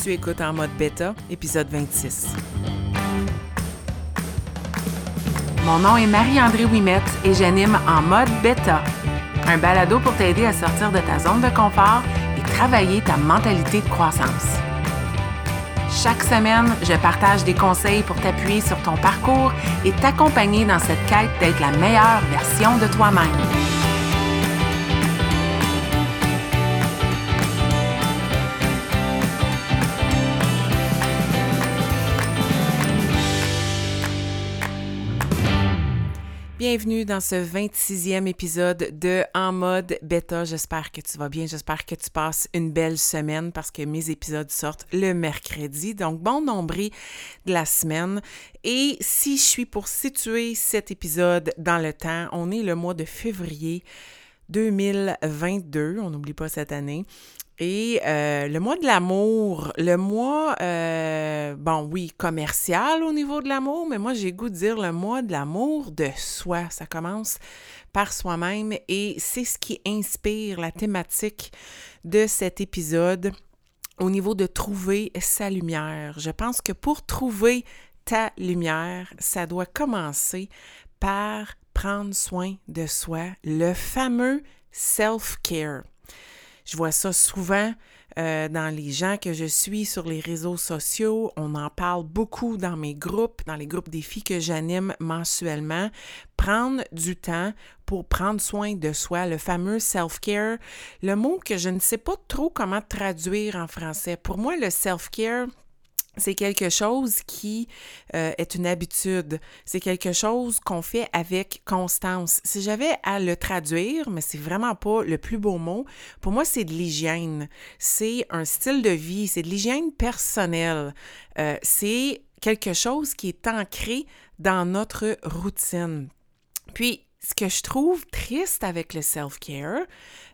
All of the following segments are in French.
Tu écoutes En mode bêta, épisode 26. Mon nom est Marie-André Ouimette et j'anime En mode bêta, un balado pour t'aider à sortir de ta zone de confort et travailler ta mentalité de croissance. Chaque semaine, je partage des conseils pour t'appuyer sur ton parcours et t'accompagner dans cette quête d'être la meilleure version de toi-même. Bienvenue dans ce 26e épisode de En mode bêta. J'espère que tu vas bien, j'espère que tu passes une belle semaine parce que mes épisodes sortent le mercredi. Donc, bon nombril de la semaine. Et si je suis pour situer cet épisode dans le temps, on est le mois de février 2022, on n'oublie pas cette année. Et le mois de l'amour, le mois, commercial au niveau de l'amour, mais moi, j'ai le goût de dire le mois de l'amour de soi. Ça commence par soi-même et c'est ce qui inspire la thématique de cet épisode au niveau de trouver sa lumière. Je pense que pour trouver ta lumière, ça doit commencer par prendre soin de soi, le fameux self-care. Je vois ça souvent dans les gens que je suis sur les réseaux sociaux. On en parle beaucoup dans mes groupes, dans les groupes des filles que j'anime mensuellement. Prendre du temps pour prendre soin de soi, le fameux self-care, le mot que je ne sais pas trop comment traduire en français. Pour moi, le self-care, c'est quelque chose qui est une habitude. C'est quelque chose qu'on fait avec constance. Si j'avais à le traduire, mais c'est vraiment pas le plus beau mot, pour moi, c'est de l'hygiène. C'est un style de vie, c'est de l'hygiène personnelle. C'est quelque chose qui est ancré dans notre routine. Puis, ce que je trouve triste avec le self-care,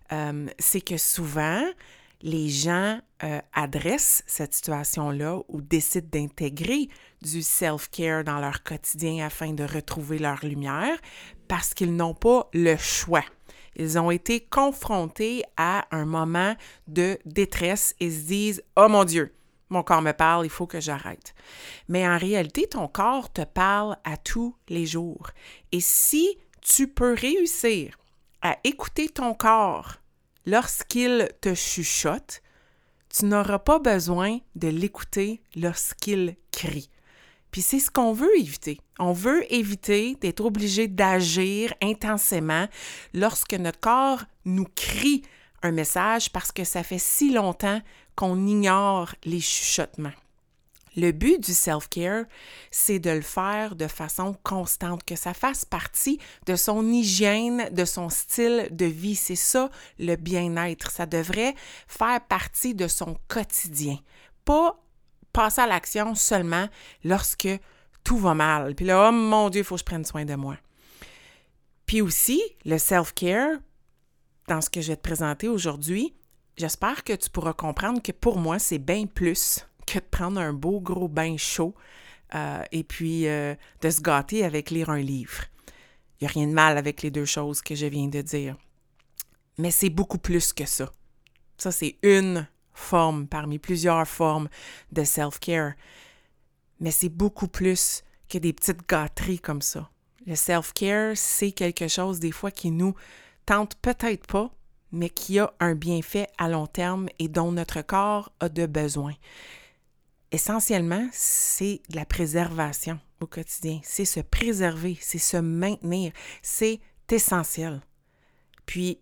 c'est que souvent, les gens adressent cette situation-là ou décident d'intégrer du self-care dans leur quotidien afin de retrouver leur lumière parce qu'ils n'ont pas le choix. Ils ont été confrontés à un moment de détresse et se disent « Oh mon Dieu, mon corps me parle, il faut que j'arrête. » Mais en réalité, ton corps te parle à tous les jours. Et si tu peux réussir à écouter ton corps lorsqu'il te chuchote, tu n'auras pas besoin de l'écouter lorsqu'il crie. Puis c'est ce qu'on veut éviter. On veut éviter d'être obligé d'agir intensément lorsque notre corps nous crie un message parce que ça fait si longtemps qu'on ignore les chuchotements. Le but du self-care, c'est de le faire de façon constante, que ça fasse partie de son hygiène, de son style de vie. C'est ça, le bien-être. Ça devrait faire partie de son quotidien. Pas passer à l'action seulement lorsque tout va mal. Puis là, oh mon Dieu, il faut que je prenne soin de moi. Puis aussi, le self-care, dans ce que je vais te présenter aujourd'hui, j'espère que tu pourras comprendre que pour moi, c'est bien plus que de prendre un beau gros bain chaud et puis de se gâter avec lire un livre. Il n'y a rien de mal avec les deux choses que je viens de dire. Mais c'est beaucoup plus que ça. Ça, c'est une forme parmi plusieurs formes de self-care. Mais c'est beaucoup plus que des petites gâteries comme ça. Le self-care, c'est quelque chose des fois qui nous tente peut-être pas, mais qui a un bienfait à long terme et dont notre corps a de besoin. Essentiellement, c'est de la préservation au quotidien. C'est se préserver, c'est se maintenir. C'est essentiel. Puis,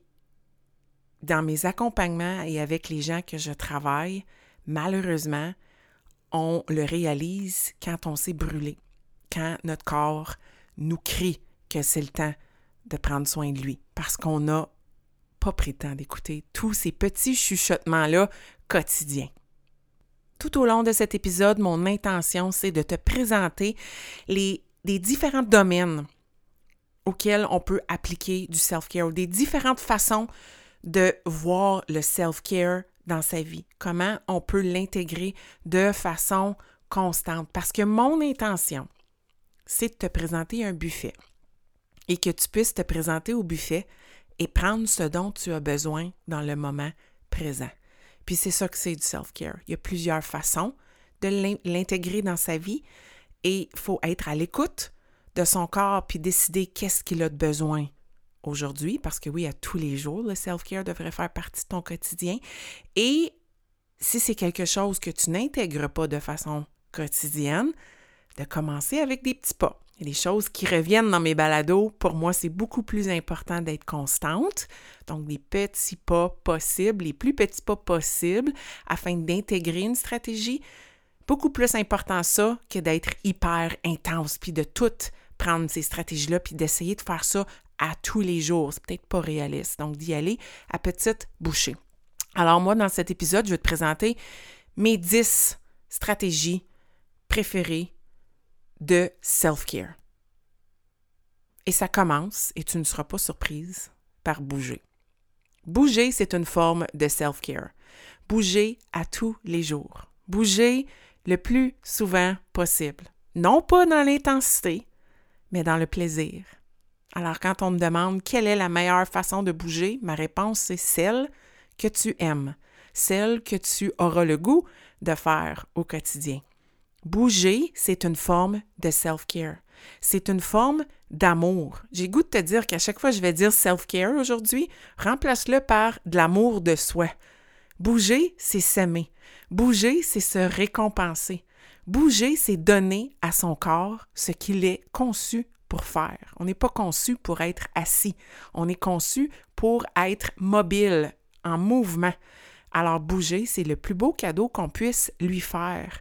dans mes accompagnements et avec les gens que je travaille, malheureusement, on le réalise quand on s'est brûlé, quand notre corps nous crie que c'est le temps de prendre soin de lui, parce qu'on n'a pas pris le temps d'écouter tous ces petits chuchotements-là quotidiens. Tout au long de cet épisode, mon intention, c'est de te présenter les différents domaines auxquels on peut appliquer du self-care, ou des différentes façons de voir le self-care dans sa vie. Comment on peut l'intégrer de façon constante. Parce que mon intention, c'est de te présenter un buffet et que tu puisses te présenter au buffet et prendre ce dont tu as besoin dans le moment présent. Puis c'est ça que c'est du self-care. Il y a plusieurs façons de l'intégrer dans sa vie et il faut être à l'écoute de son corps puis décider qu'est-ce qu'il a de besoin aujourd'hui, parce que oui, à tous les jours, le self-care devrait faire partie de ton quotidien. Et si c'est quelque chose que tu n'intègres pas de façon quotidienne, de commencer avec des petits pas. Il y a des choses qui reviennent dans mes balados. Pour moi, c'est beaucoup plus important d'être constante. Donc, des petits pas possibles, les plus petits pas possibles, afin d'intégrer une stratégie. Beaucoup plus important ça que d'être hyper intense, puis de tout prendre ces stratégies-là, puis d'essayer de faire ça à tous les jours. C'est peut-être pas réaliste. Donc, d'y aller à petite bouchée. Alors, moi, dans cet épisode, je vais te présenter mes 10 stratégies préférées de self-care. Et ça commence, et tu ne seras pas surprise, par bouger. Bouger, c'est une forme de self-care. Bouger à tous les jours. Bouger le plus souvent possible. Non pas dans l'intensité, mais dans le plaisir. Alors, quand on me demande quelle est la meilleure façon de bouger, ma réponse, c'est celle que tu aimes, celle que tu auras le goût de faire au quotidien. Bouger, c'est une forme de self-care. C'est une forme d'amour. J'ai goût de te dire qu'à chaque fois que je vais dire self-care aujourd'hui, remplace-le par de l'amour de soi. Bouger, c'est s'aimer. Bouger, c'est se récompenser. Bouger, c'est donner à son corps ce qu'il est conçu pour faire. On n'est pas conçu pour être assis. On est conçu pour être mobile, en mouvement. Alors, bouger, c'est le plus beau cadeau qu'on puisse lui faire.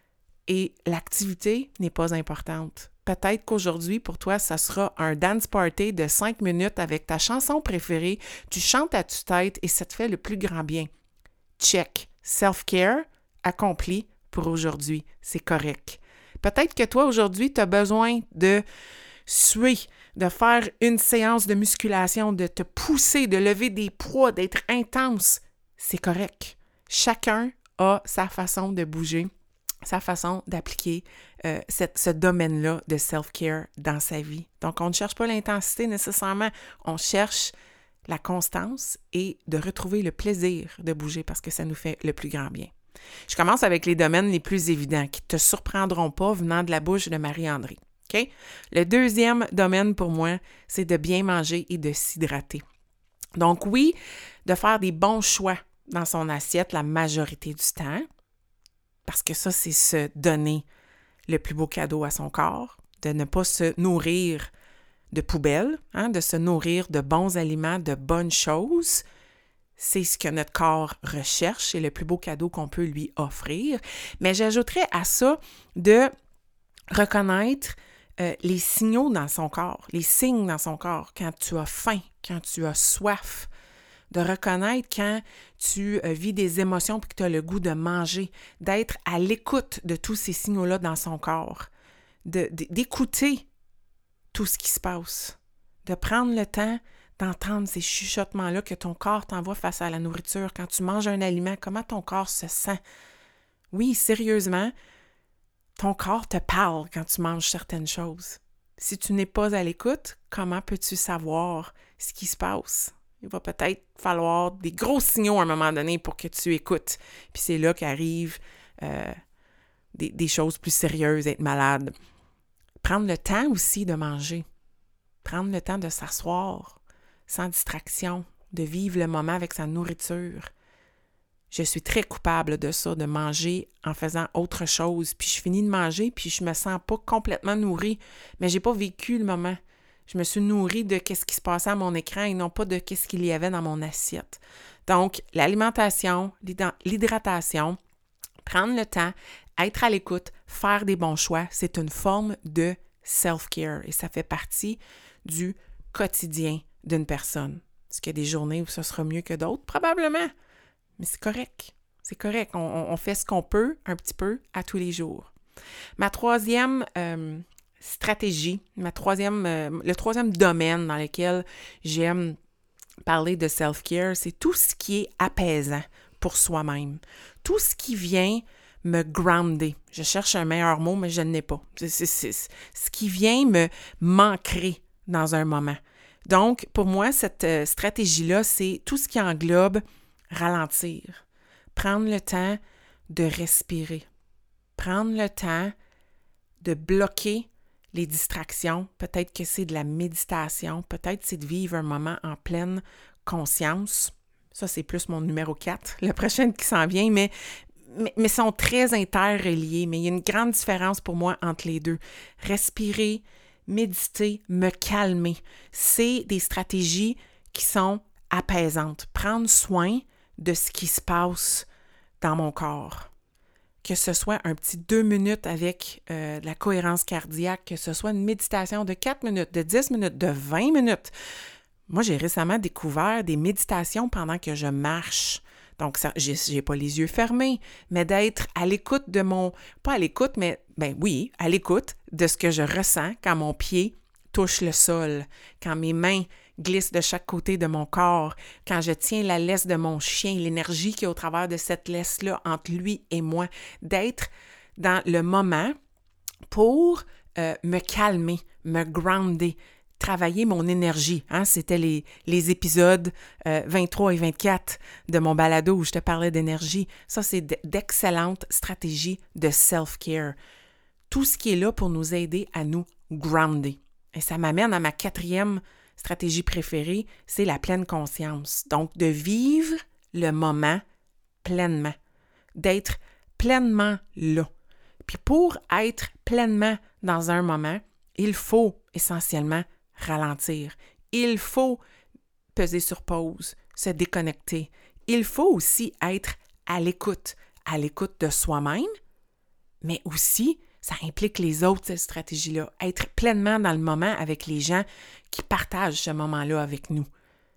Et l'activité n'est pas importante. Peut-être qu'aujourd'hui, pour toi, ça sera un dance party de 5 minutes avec ta chanson préférée. Tu chantes à tue-tête et ça te fait le plus grand bien. Check. Self-care accompli pour aujourd'hui. C'est correct. Peut-être que toi, aujourd'hui, tu as besoin de suer, de faire une séance de musculation, de te pousser, de lever des poids, d'être intense. C'est correct. Chacun a sa façon de bouger, sa façon d'appliquer ce domaine-là de self-care dans sa vie. Donc, on ne cherche pas l'intensité nécessairement, on cherche la constance et de retrouver le plaisir de bouger parce que ça nous fait le plus grand bien. Je commence avec les domaines les plus évidents qui ne te surprendront pas venant de la bouche de Marie-André. Okay? Le deuxième domaine pour moi, c'est de bien manger et de s'hydrater. Donc oui, de faire des bons choix dans son assiette la majorité du temps, parce que ça, c'est se donner le plus beau cadeau à son corps, de ne pas se nourrir de poubelles, de se nourrir de bons aliments, de bonnes choses. C'est ce que notre corps recherche, c'est le plus beau cadeau qu'on peut lui offrir. Mais j'ajouterais à ça de reconnaître les signaux dans son corps, les signes dans son corps, quand tu as faim, quand tu as soif, de reconnaître quand tu vis des émotions et que tu as le goût de manger, d'être à l'écoute de tous ces signaux-là dans son corps, d'écouter tout ce qui se passe, de prendre le temps d'entendre ces chuchotements-là que ton corps t'envoie face à la nourriture. Quand tu manges un aliment, comment ton corps se sent? Oui, sérieusement, ton corps te parle quand tu manges certaines choses. Si tu n'es pas à l'écoute, comment peux-tu savoir ce qui se passe? Il va peut-être falloir des gros signaux à un moment donné pour que tu écoutes. Puis c'est là qu'arrivent des choses plus sérieuses, être malade. Prendre le temps aussi de manger. Prendre le temps de s'asseoir sans distraction, de vivre le moment avec sa nourriture. Je suis très coupable de ça, de manger en faisant autre chose. Puis je finis de manger, puis je me sens pas complètement nourrie, mais j'ai pas vécu le moment. Je me suis nourrie de ce qui se passait à mon écran et non pas de ce qu'il y avait dans mon assiette. Donc, l'alimentation, l'hydratation, prendre le temps, être à l'écoute, faire des bons choix, c'est une forme de self-care et ça fait partie du quotidien d'une personne. Est-ce qu'il y a des journées où ça sera mieux que d'autres? Probablement, mais c'est correct. C'est correct. On fait ce qu'on peut un petit peu à tous les jours. Ma troisième stratégie, le troisième domaine dans lequel j'aime parler de self-care, c'est tout ce qui est apaisant pour soi-même. Tout ce qui vient me grounder. Je cherche un meilleur mot, mais je ne l'ai pas. C'est ce qui vient me m'ancrer dans un moment. Donc, pour moi, cette stratégie-là, c'est tout ce qui englobe ralentir, Prendre le temps de respirer. Prendre le temps de bloquer les distractions. Peut-être que c'est de la méditation. Peut-être que c'est de vivre un moment en pleine conscience. Ça, c'est plus mon numéro 4, le prochain qui s'en vient, mais sont très interreliés. Mais il y a une grande différence pour moi entre les deux. Respirer, méditer, me calmer. C'est des stratégies qui sont apaisantes. Prendre soin de ce qui se passe dans mon corps. Que ce soit un petit 2 minutes avec de la cohérence cardiaque, que ce soit une méditation de 4 minutes, de 10 minutes, de 20 minutes. Moi, j'ai récemment découvert des méditations pendant que je marche. Donc, j'ai pas les yeux fermés, mais d'être à l'écoute de mon... Pas à l'écoute, mais oui, à l'écoute de ce que je ressens quand mon pied touche le sol, quand mes mains glissent de chaque côté de mon corps, quand je tiens la laisse de mon chien, l'énergie qu'il y a au travers de cette laisse-là entre lui et moi, d'être dans le moment pour me calmer, me grounder, travailler mon énergie. C'était les épisodes 23 et 24 de mon balado où je te parlais d'énergie. Ça, c'est d'excellentes stratégies de self-care. Tout ce qui est là pour nous aider à nous grounder. Et ça m'amène à ma 4e stratégie préférée, c'est la pleine conscience. Donc, de vivre le moment pleinement, d'être pleinement là. Puis pour être pleinement dans un moment, il faut essentiellement ralentir. Il faut peser sur pause, se déconnecter. Il faut aussi être à l'écoute de soi-même, mais aussi, ça implique les autres, cette stratégie-là. Être pleinement dans le moment avec les gens qui partagent ce moment-là avec nous.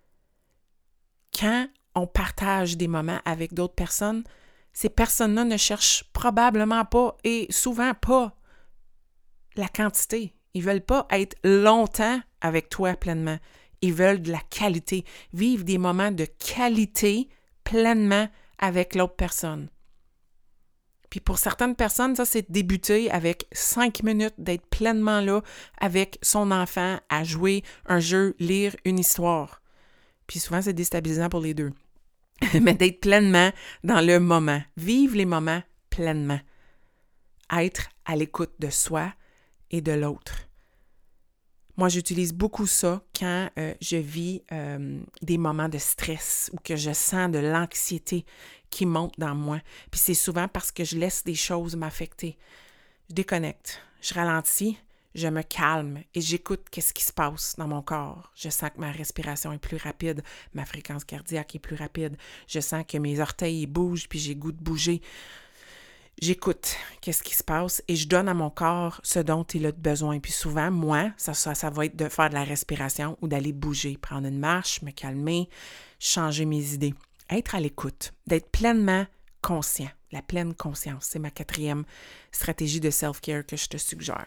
Quand on partage des moments avec d'autres personnes, ces personnes-là ne cherchent probablement pas et souvent pas la quantité. Ils veulent pas être longtemps avec toi pleinement. Ils veulent de la qualité, vivre des moments de qualité pleinement avec l'autre personne. Puis pour certaines personnes, ça, c'est débuter avec 5 minutes, d'être pleinement là avec son enfant à jouer un jeu, lire une histoire. Puis souvent, c'est déstabilisant pour les deux. Mais d'être pleinement dans le moment. Vivre les moments pleinement. Être à l'écoute de soi et de l'autre. Moi, j'utilise beaucoup ça quand je vis des moments de stress ou que je sens de l'anxiété qui monte dans moi. Puis c'est souvent parce que je laisse des choses m'affecter. Je déconnecte, je ralentis, je me calme et j'écoute qu'est-ce qui se passe dans mon corps. Je sens que ma respiration est plus rapide, ma fréquence cardiaque est plus rapide. Je sens que mes orteils bougent puis j'ai goût de bouger. J'écoute qu'est-ce qui se passe et je donne à mon corps ce dont il a besoin. Puis souvent, moi, ça va être de faire de la respiration ou d'aller bouger, prendre une marche, me calmer, changer mes idées. Être à l'écoute, d'être pleinement conscient. La pleine conscience, c'est ma 4e stratégie de self-care que je te suggère.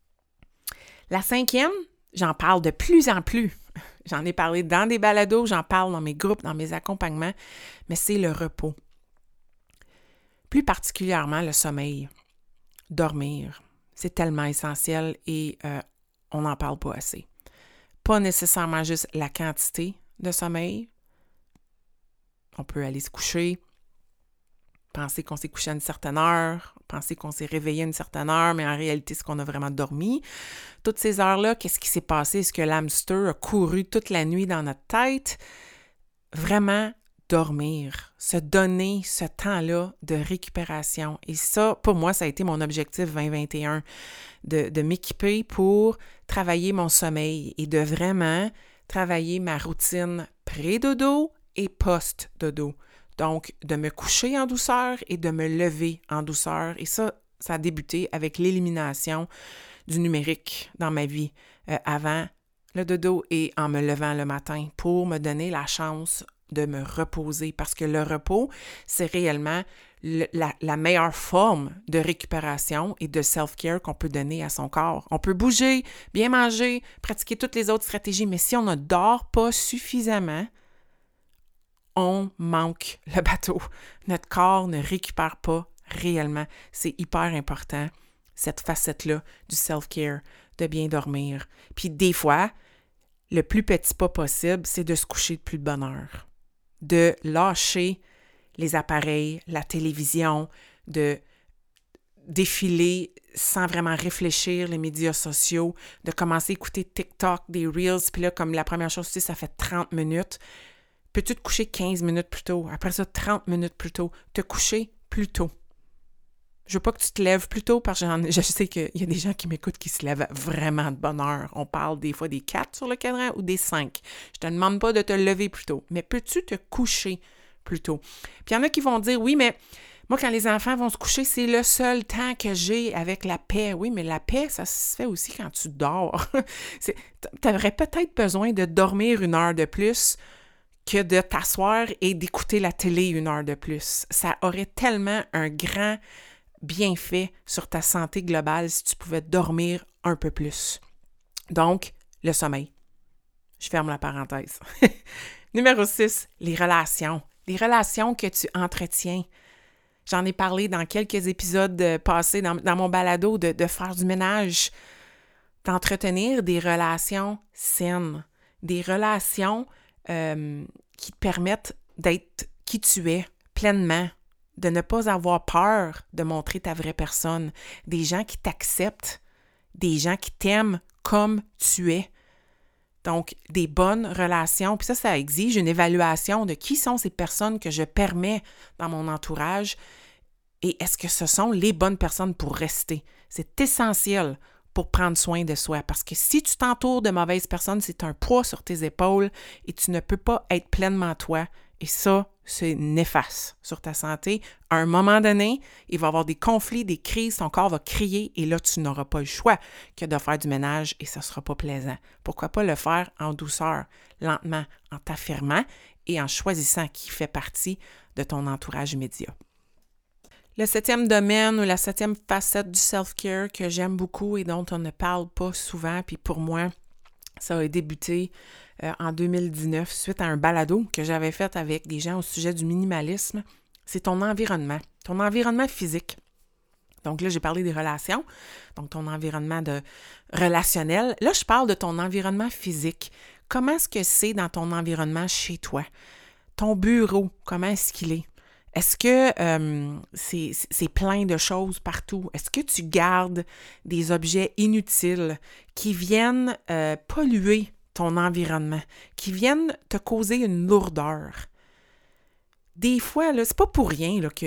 La 5e, j'en parle de plus en plus. J'en ai parlé dans des balados, j'en parle dans mes groupes, dans mes accompagnements, mais c'est le repos. Plus particulièrement le sommeil. Dormir, c'est tellement essentiel et on n'en parle pas assez. Pas nécessairement juste la quantité de sommeil. On peut aller se coucher, penser qu'on s'est couché à une certaine heure, penser qu'on s'est réveillé à une certaine heure, mais en réalité, c'est qu'on a vraiment dormi. Toutes ces heures-là, qu'est-ce qui s'est passé? Est-ce que l'hamster a couru toute la nuit dans notre tête? Vraiment dormir, se donner ce temps-là de récupération. Et ça, pour moi, ça a été mon objectif 2021, de m'équiper pour travailler mon sommeil et de vraiment travailler ma routine pré-dodo et post-dodo. Donc, de me coucher en douceur et de me lever en douceur. Et ça a débuté avec l'élimination du numérique dans ma vie avant le dodo et en me levant le matin pour me donner la chance de me reposer. Parce que le repos, c'est réellement la meilleure forme de récupération et de self-care qu'on peut donner à son corps. On peut bouger, bien manger, pratiquer toutes les autres stratégies, mais si on ne dort pas suffisamment, on manque le bateau. Notre corps ne récupère pas réellement. C'est hyper important, cette facette-là du self-care, de bien dormir. Puis des fois, le plus petit pas possible, c'est de se coucher de plus de bonne heure. De lâcher les appareils, la télévision, de défiler sans vraiment réfléchir les médias sociaux, de commencer à écouter TikTok, des Reels, puis là, comme la première chose, tu sais, ça fait 30 minutes. Peux-tu te coucher 15 minutes plus tôt? Après ça, 30 minutes plus tôt. Te coucher plus tôt. Je veux pas que tu te lèves plus tôt parce que je sais qu'il y a des gens qui m'écoutent qui se lèvent vraiment de bonne heure. On parle des fois des 4 sur le cadran ou des 5. Je te demande pas de te lever plus tôt, mais peux-tu te coucher plus tôt? Puis il y en a qui vont dire, oui, mais moi, quand les enfants vont se coucher, c'est le seul temps que j'ai avec la paix. Oui, mais la paix, ça se fait aussi quand tu dors. Tu aurais peut-être besoin de dormir 1 heure de plus que de t'asseoir et d'écouter la télé 1 heure de plus. Ça aurait tellement un grand bienfait sur ta santé globale si tu pouvais dormir un peu plus. Donc, le sommeil. Je ferme la parenthèse. Numéro 6, les relations. Les relations que tu entretiens. J'en ai parlé dans quelques épisodes passés dans mon balado de faire du ménage, d'entretenir des relations saines, des relations qui te permettent d'être qui tu es pleinement, de ne pas avoir peur de montrer ta vraie personne, des gens qui t'acceptent, des gens qui t'aiment comme tu es. Donc, des bonnes relations. Puis ça exige une évaluation de qui sont ces personnes que je permets dans mon entourage et est-ce que ce sont les bonnes personnes pour rester. C'est essentiel pour prendre soin de soi parce que si tu t'entoures de mauvaises personnes, c'est un poids sur tes épaules et tu ne peux pas être pleinement toi. Et ça, c'est néfaste sur ta santé. À un moment donné, il va y avoir des conflits, des crises, ton corps va crier et là, tu n'auras pas le choix que de faire du ménage et ça ne sera pas plaisant. Pourquoi pas le faire en douceur, lentement, en t'affirmant et en choisissant qui fait partie de ton entourage immédiat. Le 7e domaine ou la 7e facette du self-care que j'aime beaucoup et dont on ne parle pas souvent, puis pour moi, ça a débuté en 2019 suite à un balado que j'avais fait avec des gens au sujet du minimalisme, c'est ton environnement physique. Donc là, j'ai parlé des relations, donc ton environnement relationnel. Là, je parle de ton environnement physique. Comment est-ce que c'est dans ton environnement chez toi? Ton bureau, comment est-ce qu'il est? Est-ce que c'est plein de choses partout? Est-ce que tu gardes des objets inutiles qui viennent polluer ton environnement, qui viennent te causer une lourdeur? Des fois, là, c'est pas pour rien là,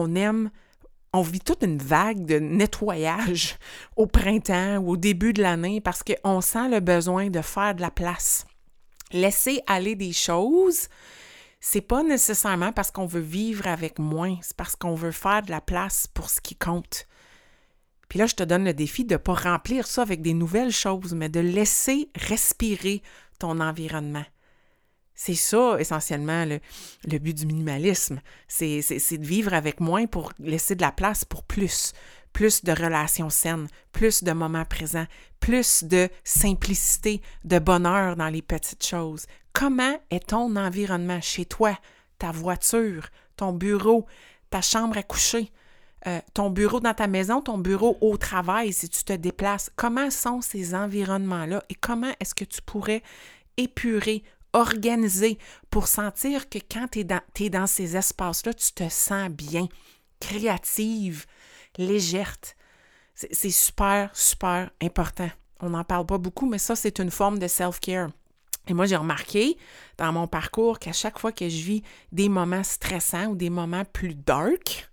on vit toute une vague de nettoyage au printemps ou au début de l'année parce qu'on sent le besoin de faire de la place. Laisser aller des choses, c'est pas nécessairement parce qu'on veut vivre avec moins, c'est parce qu'on veut faire de la place pour ce qui compte. Puis là, je te donne le défi de ne pas remplir ça avec des nouvelles choses, mais de laisser respirer ton environnement. C'est ça, essentiellement, le but du minimalisme. C'est de vivre avec moins pour laisser de la place pour plus. Plus de relations saines, plus de moments présents, plus de simplicité, de bonheur dans les petites choses. Comment est ton environnement chez toi, ta voiture, ton bureau, ta chambre à coucher, ton bureau dans ta maison, ton bureau au travail si tu te déplaces? Comment sont ces environnements-là et comment est-ce que tu pourrais épurer, organiser pour sentir que quand tu es dans ces espaces-là, tu te sens bien, créative, légère. C'est super, super important. On n'en parle pas beaucoup, mais ça, c'est une forme de self-care. Et moi, j'ai remarqué dans mon parcours qu'à chaque fois que je vis des moments stressants ou des moments plus dark,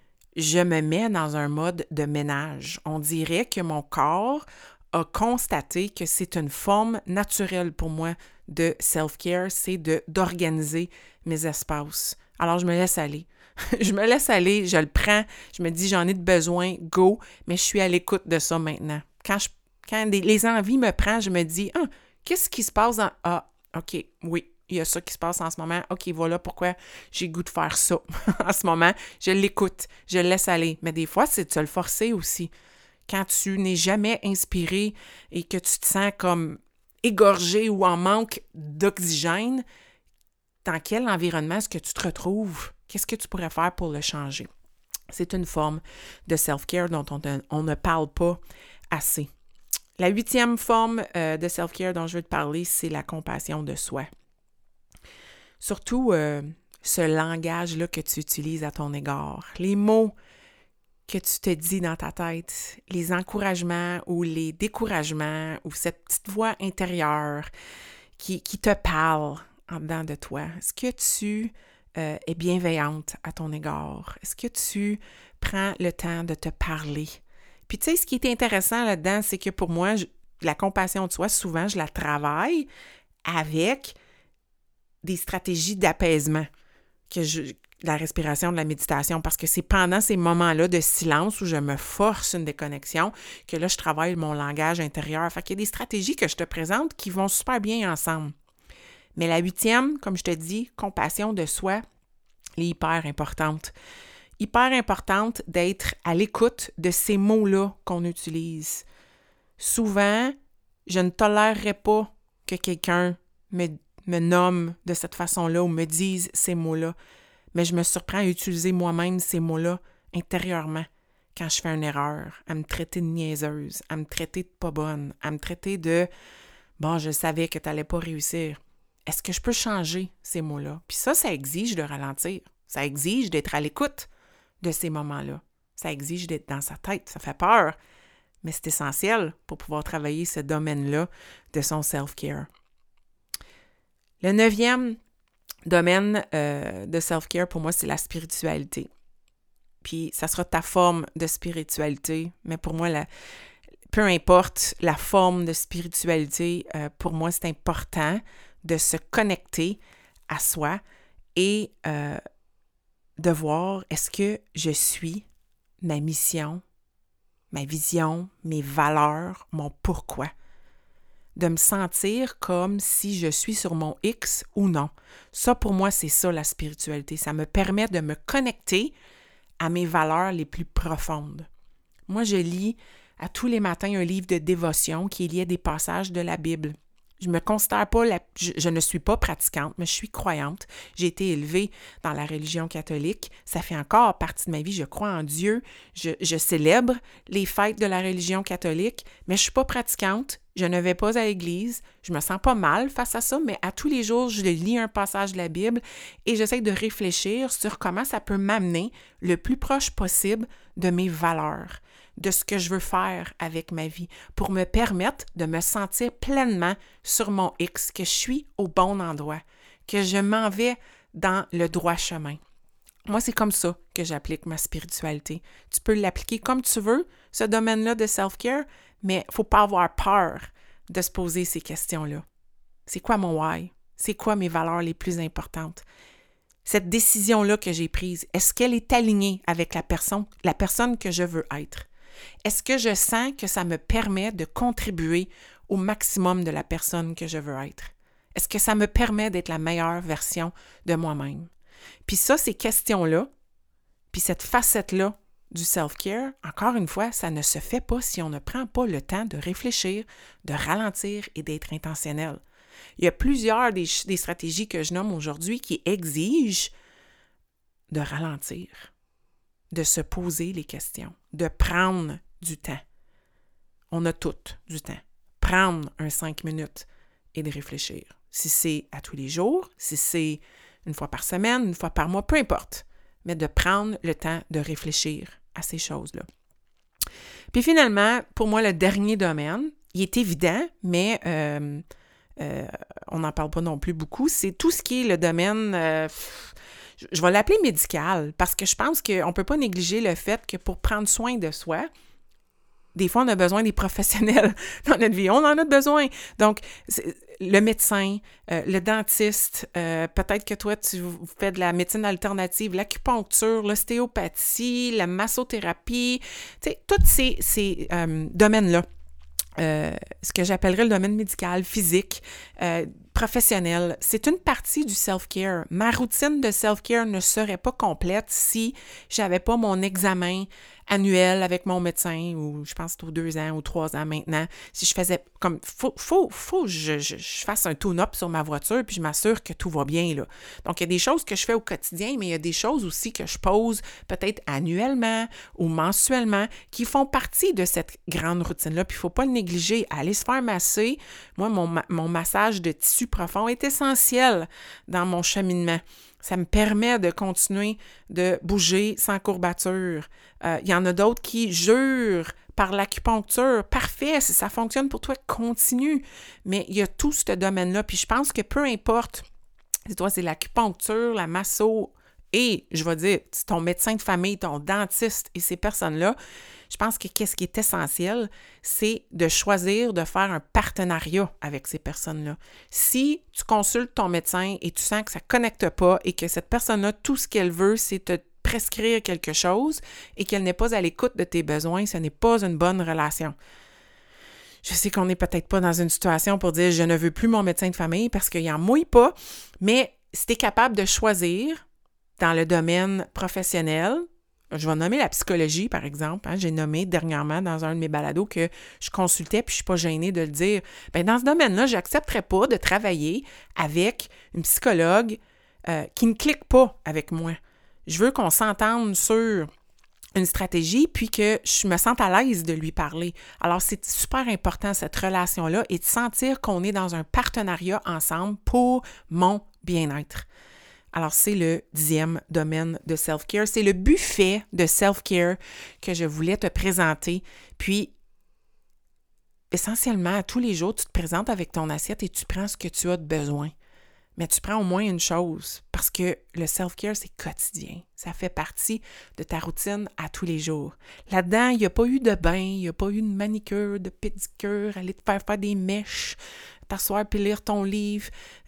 je me mets dans un mode de ménage. On dirait que mon corps a constaté que c'est une forme naturelle pour moi de self-care, c'est d'organiser mes espaces. Alors, je me laisse aller. Je me laisse aller, je le prends, je me dis j'en ai de besoin, go, mais je suis à l'écoute de ça maintenant. Quand les envies me prennent, je me dis qu'est-ce qui se passe dans... Ah, OK, oui, il y a ça qui se passe en ce moment. OK, voilà pourquoi j'ai goût de faire ça en ce moment. Je l'écoute, je le laisse aller. Mais des fois, c'est de se le forcer aussi. Quand tu n'es jamais inspiré et que tu te sens comme égorgé ou en manque d'oxygène, dans quel environnement est-ce que tu te retrouves? Qu'est-ce que tu pourrais faire pour le changer? C'est une forme de self-care dont on ne parle pas assez. La 8e forme de self-care dont je veux te parler, c'est la compassion de soi. Surtout ce langage-là que tu utilises à ton égard, les mots que tu te dis dans ta tête, les encouragements ou les découragements ou cette petite voix intérieure qui te parle en dedans de toi. Est-ce que tu es bienveillante à ton égard? Est-ce que tu prends le temps de te parler? Puis tu sais, ce qui est intéressant là-dedans, c'est que pour moi, la compassion de soi, souvent, je la travaille avec des stratégies d'apaisement, la respiration, de la méditation, parce que c'est pendant ces moments-là de silence où je me force une déconnexion que là, je travaille mon langage intérieur. Fait qu'il y a des stratégies que je te présente qui vont super bien ensemble. Mais la 8e, comme je te dis, compassion de soi, elle est hyper importante. Hyper importante d'être à l'écoute de ces mots-là qu'on utilise. Souvent, je ne tolérerais pas que quelqu'un me nomme de cette façon-là ou me dise ces mots-là. Mais je me surprends à utiliser moi-même ces mots-là intérieurement quand je fais une erreur, à me traiter de niaiseuse, à me traiter de pas bonne, à me traiter de « bon, je savais que tu n'allais pas réussir ». Est-ce que je peux changer ces mots-là? Puis ça exige de ralentir. Ça exige d'être à l'écoute de ces moments-là. Ça exige d'être dans sa tête. Ça fait peur, mais c'est essentiel pour pouvoir travailler ce domaine-là de son self-care. Le 9e domaine de self-care, pour moi, c'est la spiritualité. Puis, ça sera ta forme de spiritualité, mais pour moi, peu importe la forme de spiritualité, pour moi, c'est important de se connecter à soi et de voir est-ce que je suis ma mission, ma vision, mes valeurs, mon pourquoi. De me sentir comme si je suis sur mon X ou non. Ça, pour moi, c'est ça la spiritualité. Ça me permet de me connecter à mes valeurs les plus profondes. Moi, je lis à tous les matins un livre de dévotion qui est lié à des passages de la Bible. Je me considère pas, je ne suis pas pratiquante, mais je suis croyante. J'ai été élevée dans la religion catholique. Ça fait encore partie de ma vie. Je crois en Dieu. Je célèbre les fêtes de la religion catholique, mais je suis pas pratiquante. Je ne vais pas à l'église. Je me sens pas mal face à ça, mais à tous les jours, je lis un passage de la Bible et j'essaie de réfléchir sur comment ça peut m'amener le plus proche possible de mes valeurs, de ce que je veux faire avec ma vie, pour me permettre de me sentir pleinement sur mon X, que je suis au bon endroit, que je m'en vais dans le droit chemin. Moi, c'est comme ça que j'applique ma spiritualité. Tu peux l'appliquer comme tu veux, ce domaine-là de self-care, mais il ne faut pas avoir peur de se poser ces questions-là. C'est quoi mon why? C'est quoi mes valeurs les plus importantes? Cette décision-là que j'ai prise, est-ce qu'elle est alignée avec la personne que je veux être? Est-ce que je sens que ça me permet de contribuer au maximum de la personne que je veux être? Est-ce que ça me permet d'être la meilleure version de moi-même? Puis ça, ces questions-là, puis cette facette-là du self-care, encore une fois, ça ne se fait pas si on ne prend pas le temps de réfléchir, de ralentir et d'être intentionnel. Il y a plusieurs des stratégies que je nomme aujourd'hui qui exigent de ralentir, de se poser les questions, de prendre du temps. On a toutes du temps. Prendre 5 minutes et de réfléchir. Si c'est à tous les jours, si c'est une fois par semaine, une fois par mois, peu importe, mais de prendre le temps de réfléchir à ces choses-là. Puis finalement, pour moi, le dernier domaine, il est évident, mais on n'en parle pas non plus beaucoup, c'est tout ce qui est le domaine, je vais l'appeler médical, parce que je pense qu'on ne peut pas négliger le fait que pour prendre soin de soi, des fois, on a besoin des professionnels dans notre vie. On en a besoin. Donc, le médecin, le dentiste, peut-être que toi, tu fais de la médecine alternative, l'acupuncture, l'ostéopathie, la massothérapie, tu sais, tous ces domaines-là. Ce que j'appellerais le domaine médical, physique, professionnel, c'est une partie du self-care. Ma routine de self-care ne serait pas complète si j'avais pas mon examen annuel avec mon médecin, ou je pense que c'est aux 2 ans ou 3 ans maintenant, si je faisais comme, faut que je fasse un tune-up sur ma voiture, puis je m'assure que tout va bien, là. Donc, il y a des choses que je fais au quotidien, mais il y a des choses aussi que je pose peut-être annuellement ou mensuellement qui font partie de cette grande routine-là, puis il ne faut pas le négliger. Aller se faire masser, moi, mon massage de tissu profond est essentiel dans mon cheminement Ça me permet de continuer de bouger sans courbature. Il y en a d'autres qui jurent par l'acupuncture. Parfait, si ça fonctionne pour toi, continue. Mais il y a tout ce domaine-là. Puis je pense que peu importe, si toi, c'est l'acupuncture, la masso et, je vais dire, ton médecin de famille, ton dentiste et ces personnes-là, je pense que qu'est-ce qui est essentiel, c'est de choisir de faire un partenariat avec ces personnes-là. Si tu consultes ton médecin et tu sens que ça ne connecte pas et que cette personne-là, tout ce qu'elle veut, c'est te prescrire quelque chose et qu'elle n'est pas à l'écoute de tes besoins, ce n'est pas une bonne relation. Je sais qu'on n'est peut-être pas dans une situation pour dire « je ne veux plus mon médecin de famille » parce qu'il n'en mouille pas, mais si tu es capable de choisir dans le domaine professionnel, je vais nommer la psychologie, par exemple. J'ai nommé dernièrement dans un de mes balados que je consultais, puis je ne suis pas gênée de le dire. Bien, dans ce domaine-là, je n'accepterais pas de travailler avec une psychologue qui ne clique pas avec moi. Je veux qu'on s'entende sur une stratégie, puis que je me sente à l'aise de lui parler. Alors, c'est super important, cette relation-là, et de sentir qu'on est dans un partenariat ensemble pour mon bien-être. Alors, c'est le 10e domaine de self-care. C'est le buffet de self-care que je voulais te présenter. Puis, essentiellement, à tous les jours, tu te présentes avec ton assiette et tu prends ce que tu as de besoin. Mais tu prends au moins une chose, parce que le self-care, c'est quotidien. Ça fait partie de ta routine à tous les jours. Là-dedans, il n'y a pas eu de bain, il n'y a pas eu de manicure, de pédicure, aller te faire des mèches, t'asseoir puis lire ton livre.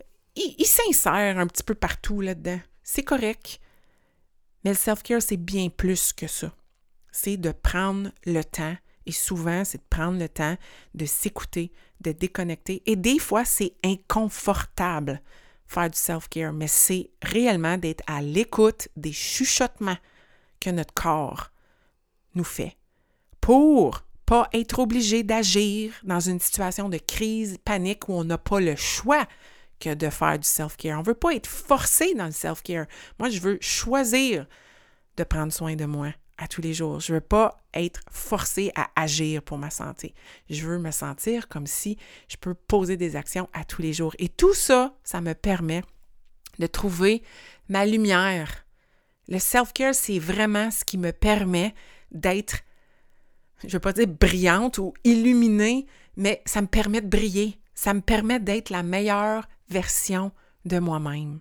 Il s'insère un petit peu partout là-dedans. C'est correct. Mais le self-care, c'est bien plus que ça. C'est de prendre le temps, et souvent, c'est de prendre le temps de s'écouter, de déconnecter. Et des fois, c'est inconfortable faire du self-care, mais c'est réellement d'être à l'écoute des chuchotements que notre corps nous fait pour pas être obligé d'agir dans une situation de crise, panique où on n'a pas le choix que de faire du self-care. On ne veut pas être forcé dans le self-care. Moi, je veux choisir de prendre soin de moi à tous les jours. Je ne veux pas être forcée à agir pour ma santé. Je veux me sentir comme si je peux poser des actions à tous les jours. Et tout ça, ça me permet de trouver ma lumière. Le self-care, c'est vraiment ce qui me permet d'être, je ne veux pas dire brillante ou illuminée, mais ça me permet de briller. Ça me permet d'être la meilleure version de moi-même.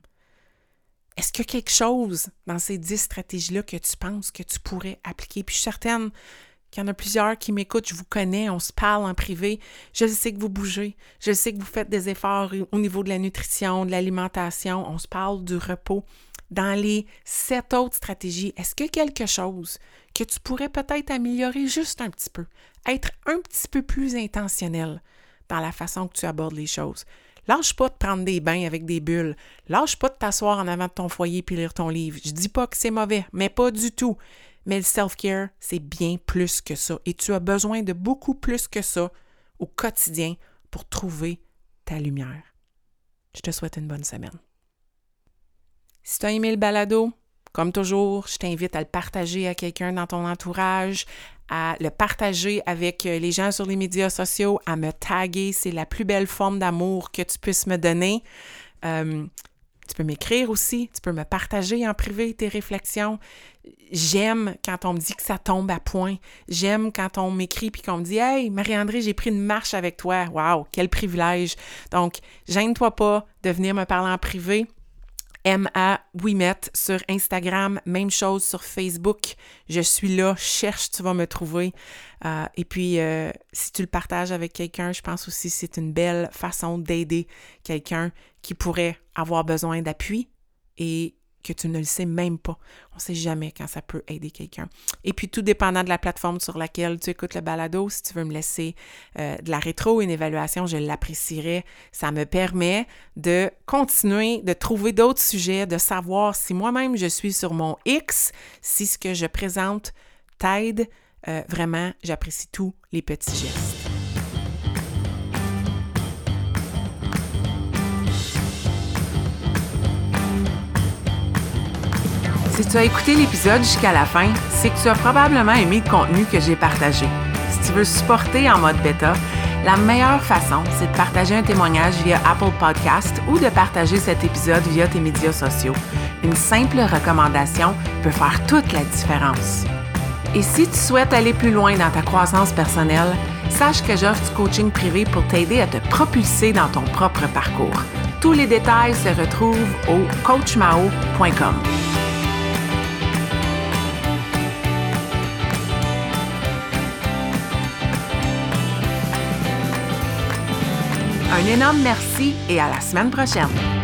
Est-ce qu'il y a quelque chose dans ces 10 stratégies-là que tu penses que tu pourrais appliquer? Puis je suis certaine qu'il y en a plusieurs qui m'écoutent, je vous connais, on se parle en privé. Je sais que vous bougez, je sais que vous faites des efforts au niveau de la nutrition, de l'alimentation, on se parle du repos. Dans les 7 autres stratégies, est-ce qu'il y a quelque chose que tu pourrais peut-être améliorer juste un petit peu? Être un petit peu plus intentionnel dans la façon que tu abordes les choses. Lâche pas de prendre des bains avec des bulles. Lâche pas de t'asseoir en avant de ton foyer puis lire ton livre. Je dis pas que c'est mauvais, mais pas du tout. Mais le self-care, c'est bien plus que ça. Et tu as besoin de beaucoup plus que ça au quotidien pour trouver ta lumière. Je te souhaite une bonne semaine. Si tu as aimé le balado, comme toujours, je t'invite à le partager à quelqu'un dans ton entourage, à le partager avec les gens sur les médias sociaux, à me taguer. C'est la plus belle forme d'amour que tu puisses me donner. Tu peux m'écrire aussi, tu peux me partager en privé tes réflexions. J'aime quand on me dit que ça tombe à point. J'aime quand on m'écrit puis qu'on me dit « Hey, Marie-André, j'ai pris une marche avec toi. Wow, quel privilège! » Donc, gêne-toi pas de venir me parler en privé. M.A. Ouimette sur Instagram, même chose sur Facebook. Je suis là, cherche, tu vas me trouver. Et puis, si tu le partages avec quelqu'un, je pense aussi que c'est une belle façon d'aider quelqu'un qui pourrait avoir besoin d'appui et que tu ne le sais même pas. On ne sait jamais quand ça peut aider quelqu'un. Et puis, tout dépendant de la plateforme sur laquelle tu écoutes le balado, si tu veux me laisser de la rétro, une évaluation, je l'apprécierais. Ça me permet de continuer, de trouver d'autres sujets, de savoir si moi-même je suis sur mon X, si ce que je présente t'aide. Vraiment, j'apprécie tous les petits gestes. Si tu as écouté l'épisode jusqu'à la fin, c'est que tu as probablement aimé le contenu que j'ai partagé. Si tu veux supporter en mode bêta, la meilleure façon, c'est de partager un témoignage via Apple Podcast ou de partager cet épisode via tes médias sociaux. Une simple recommandation peut faire toute la différence. Et si tu souhaites aller plus loin dans ta croissance personnelle, sache que j'offre du coaching privé pour t'aider à te propulser dans ton propre parcours. Tous les détails se retrouvent au coachmao.com. Un énorme merci et à la semaine prochaine!